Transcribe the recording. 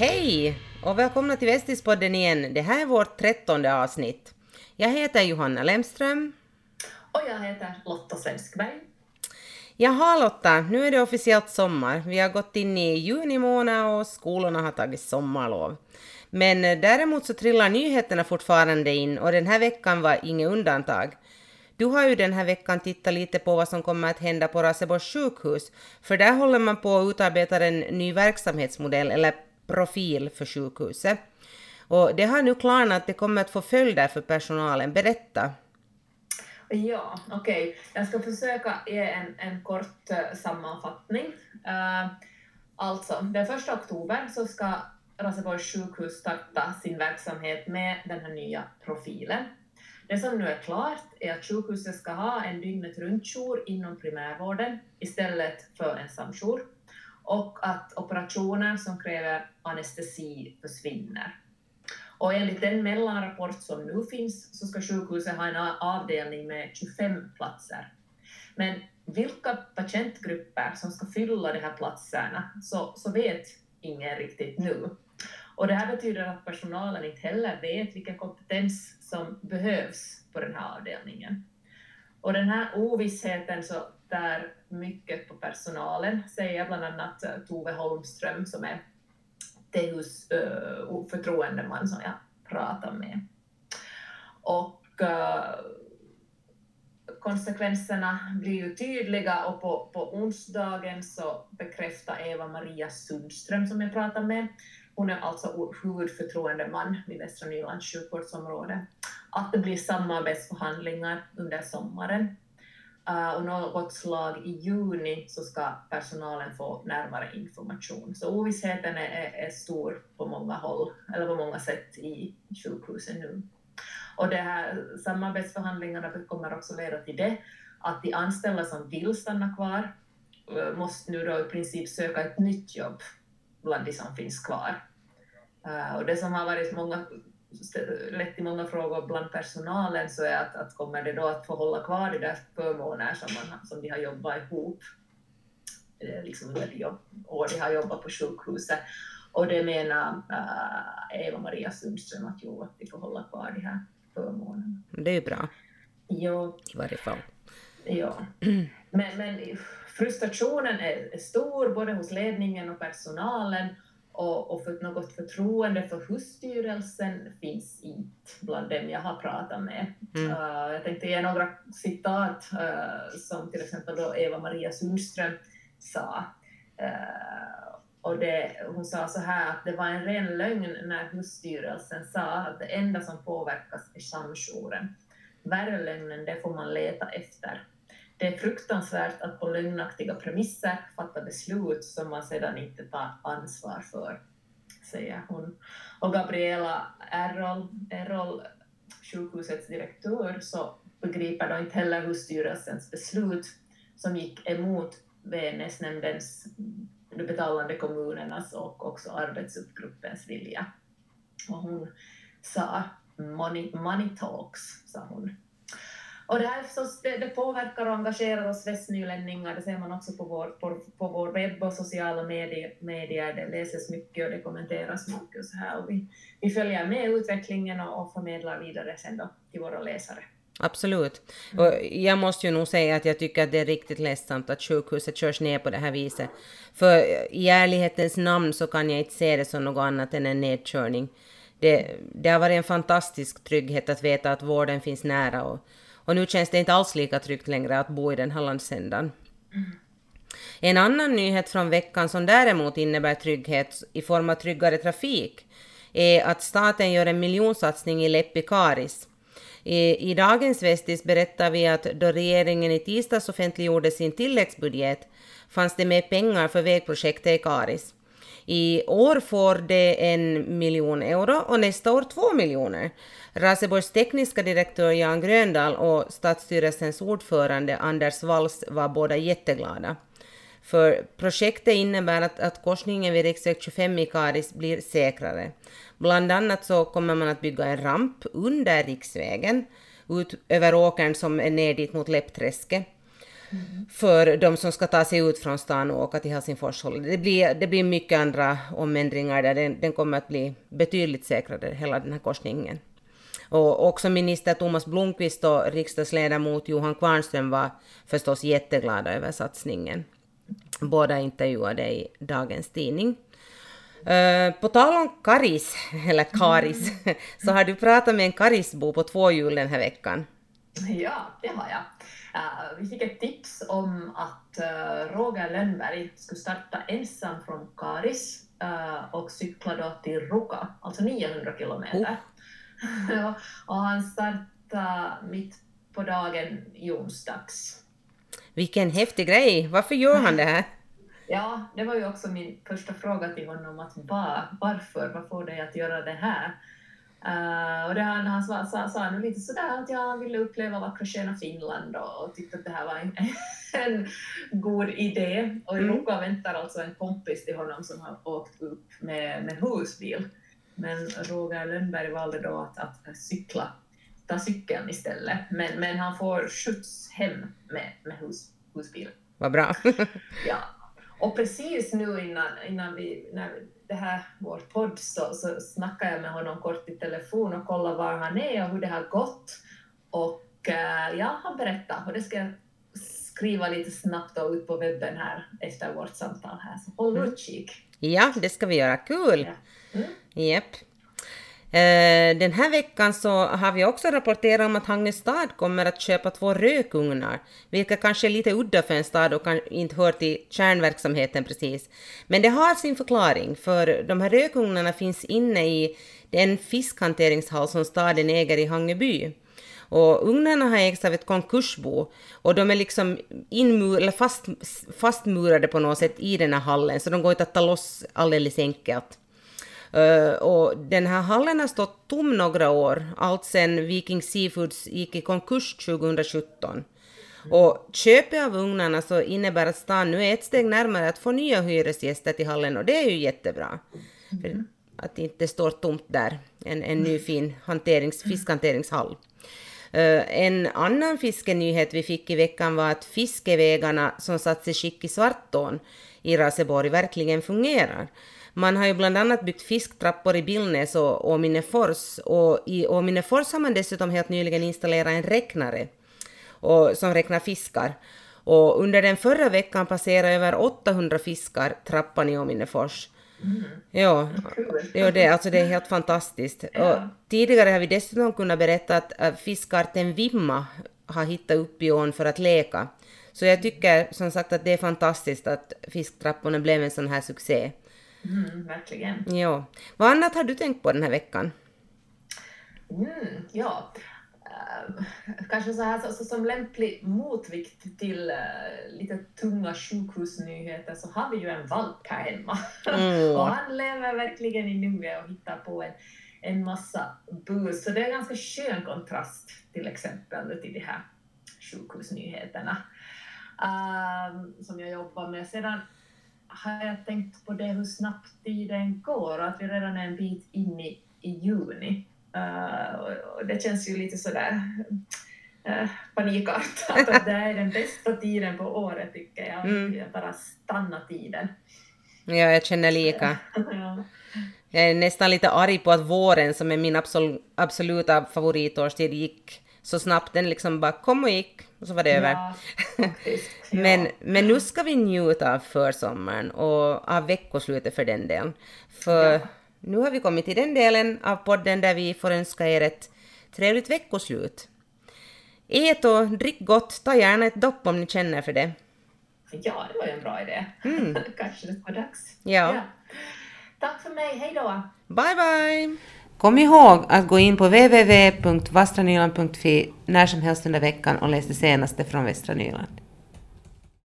Hej och välkomna till Västispodden igen. Det här är vårt 13:e avsnitt. Jag heter Johanna Lemström. Och jag heter Lotta Svenskberg. Jaha Lotta, nu är det officiellt sommar. Vi har gått in i juni månad och skolorna har tagit sommarlov. Men däremot så trillar nyheterna fortfarande in och den här veckan var inget undantag. Du har ju den här veckan tittat lite på vad som kommer att hända på Raseborgs sjukhus, för där håller man på att utarbeta en ny verksamhetsmodell eller profil för sjukhuset. Och det har nu klarnat att det kommer att få följder för personalen. Berätta. Ja, okej. Jag ska försöka ge en kort sammanfattning. Alltså, den 1 oktober så ska Raseborgs sjukhus starta sin verksamhet med den här nya profilen. Det som nu är klart är att sjukhuset ska ha en dygnet runt-jour inom primärvården istället för en samjour, och att operationer som kräver anestesi försvinner. Och enligt den mellanrapport som nu finns så ska sjukhuset ha en avdelning med 25 platser. Men vilka patientgrupper som ska fylla de här platserna så vet ingen riktigt nu. Och det här betyder att personalen inte heller vet vilken kompetens som behövs på den här avdelningen. Och den här ovissheten så tär mycket på personalen, säger bland annat Tove Holmström som är Tehus förtroendeman som jag pratar med. Och konsekvenserna blir ju tydliga, och på onsdagen så bekräftar Eva-Maria Sundström som jag pratar med, hon är alltså huvudförtroendeman vid Västra Nylands sjukvårdsområde, att det blir samarbetsförhandlingar under sommaren. Och något slag i juni så ska personalen få närmare information. Så ovissheten är stor på många håll, eller på många sätt i sjukhuset nu. Och det här samarbetsförhandlingarna kommer också leda till det att de anställda som vill stanna kvar måste nu då i princip söka ett nytt jobb bland de som finns kvar. Och det som har varit lett till många frågor bland personalen så är att kommer det då att få hålla kvar de där förmåner som de har jobbat ihop liksom under de år de har jobbat på sjukhuset. Och det menar Eva-Maria Sundström att de får hålla kvar de här förmånerna. Det är ju bra. Ja. I varje fall. Ja. Men frustrationen är stor både hos ledningen och personalen. Och för något förtroende för husstyrelsen finns inte bland dem jag har pratat med. Jag tänkte ge några citat som till exempel då Eva-Maria Sundström sa. Och hon sa så här att det var en ren lögn när husstyrelsen sa att det enda som påverkas är samjouren. Värre lögnen, det får man leta efter. Det är fruktansvärt att på lögnaktiga premisser fatta beslut som man sedan inte tar ansvar för, säger hon. Och Gabriela Errol, sjukhusets direktör, så begriper då inte heller husstyrelsens beslut som gick emot VNS-nämndens, de betalande kommunernas och också arbetsuppgruppens vilja. Och hon sa money talks, sa hon. Och det här förstås, det påverkar och engagerar oss västnylänningar. Det ser man också på vår webb och sociala medier. Det läses mycket och det kommenteras mycket och så här. Och vi följer med utvecklingen och förmedlar vidare sen då till våra läsare. Absolut. Och jag måste ju nog säga att jag tycker att det är riktigt ledsamt att sjukhuset körs ner på det här viset. För i ärlighetens namn så kan jag inte se det som något annat än en nedkörning. Det har varit en fantastisk trygghet att veta att vården finns nära, och nu känns det inte alls lika tryggt längre att bo i den här landsändan. En annan nyhet från veckan som däremot innebär trygghet i form av tryggare trafik är att staten gör en miljonsatsning i Leppi-Karis. I dagens Vestis berättar vi att då regeringen i tisdags offentliggjorde sin tilläggsbudget fanns det med pengar för vägprojektet i Karis. I år får det 1 miljon euro och nästa år 2 miljoner. Raseborgs tekniska direktör Jan Gröndal och stadsstyrelsens ordförande Anders Walls var båda jätteglada. För projektet innebär att korsningen vid riksväg 25 i Karis blir säkrare. Bland annat så kommer man att bygga en ramp under riksvägen ut över åkern som är ner dit mot Läppträsket. för de som ska ta sig ut från stan och åka till Helsingfors. Det blir mycket andra omändringar där. Den kommer att bli betydligt säkrare, hela den här korsningen. Och också minister Thomas Blomqvist och riksdagsledamot Johan Kvarnström var förstås jätteglada över satsningen. Båda intervjuade i dagens tidning. På tal om Karis, eller Karis, så har du pratat med en Karisbo på 2 hjul den här veckan. Ja, det har jag. Vi fick ett tips om att Roger Lönnberg skulle starta ensam från Karis och cykla då till Ruka, alltså 900 kilometer. Och han startade mitt på dagen i onsdags. Vilken häftig grej! Varför gör han det här? Ja, det var ju också min första fråga till honom, att varför? Vad får dig att göra det här? Och det han sa nu lite sådär att jag ville uppleva vackra sköna Finland och tyckte att det här var en god idé. Och i Ruka väntar alltså en kompis till honom som har åkt upp med husbil. Men Roger Lönnberg valde då att ta cykeln istället. Men han får skjuts hem med husbil. Vad bra. Ja. Och precis nu innan det här vår podd så snackar jag med honom kort i telefon och kollar var han är och hur det har gått. Och han berättar, och det ska jag skriva lite snabbt och ut på webben här efter vårt samtal här. Så håll utkik. Ja, det ska vi göra. Kul! Japp. Den här veckan så har vi också rapporterat om att Hagnestad kommer att köpa 2 rökugnar, vilka kanske är lite udda för en stad och kan inte hör till kärnverksamheten precis. Men det har sin förklaring, för de här rökugnarna finns inne i den fiskhanteringshall som staden äger i Hangeby. Och ugnarna har ägts av ett konkursbo och de är liksom fastmurade på något sätt i den här hallen, så de går inte att ta loss alldeles enkelt. Och den här hallen har stått tom några år, allt sedan Viking Seafoods gick i konkurs 2017. Och köpet av ugnarna så innebär att stan nu är ett steg närmare att få nya hyresgäster till hallen, och det är ju jättebra. För att det inte står tomt där, en ny fin fiskhanteringshall. En annan fiskenyhet vi fick i veckan var att fiskevägarna som satts i skick i Svartån i Raseborg verkligen fungerar. Man har ju bland annat byggt fisktrappor i Billnäs och Åminnefors, och i Åminnefors har man dessutom helt nyligen installerat en räknare som räknar fiskar. Och under den förra veckan passerade över 800 fiskar trappan i Åminnefors. Ja, det är helt fantastiskt. Och tidigare har vi dessutom kunnat berätta att fiskarten Vimma har hittat upp i ån för att leka. Så jag tycker som sagt att det är fantastiskt att fisktrapporna blev en sån här succé. Verkligen. Ja. Vad annat har du tänkt på den här veckan? Kanske så här som lämplig motvikt till lite tunga sjukhusnyheter så har vi ju en valp här hemma. Och han lever verkligen i nuet och hittar på en massa bus. Så det är en ganska skön kontrast till exempel till de här sjukhusnyheterna som jag jobbar med. Sedan har jag tänkt på det hur snabbt tiden går och att vi redan är en bit in i juni. Och det känns ju lite sådär panikartat att det är den bästa tiden på året tycker jag. Jag bara stanna tiden. Ja, jag känner lika. Jag är nästan lite arg på att våren som är min absoluta favoritårstid gick så snabbt. Den liksom bara kom och gick och så var det över. Faktiskt, men nu ska vi njuta av försommaren och av veckoslutet för den delen. För nu har vi kommit till den delen av podden där vi får önska er ett trevligt veckoslut. Ät och drick gott, ta gärna ett dopp om ni känner för det. Ja, det var ju en bra idé. Kanske det var dags. Ja. Tack för mig, hej då! Bye bye! Kom ihåg att gå in på www.vastranyland.fi när som helst under veckan och läs det senaste från Västra Nyland.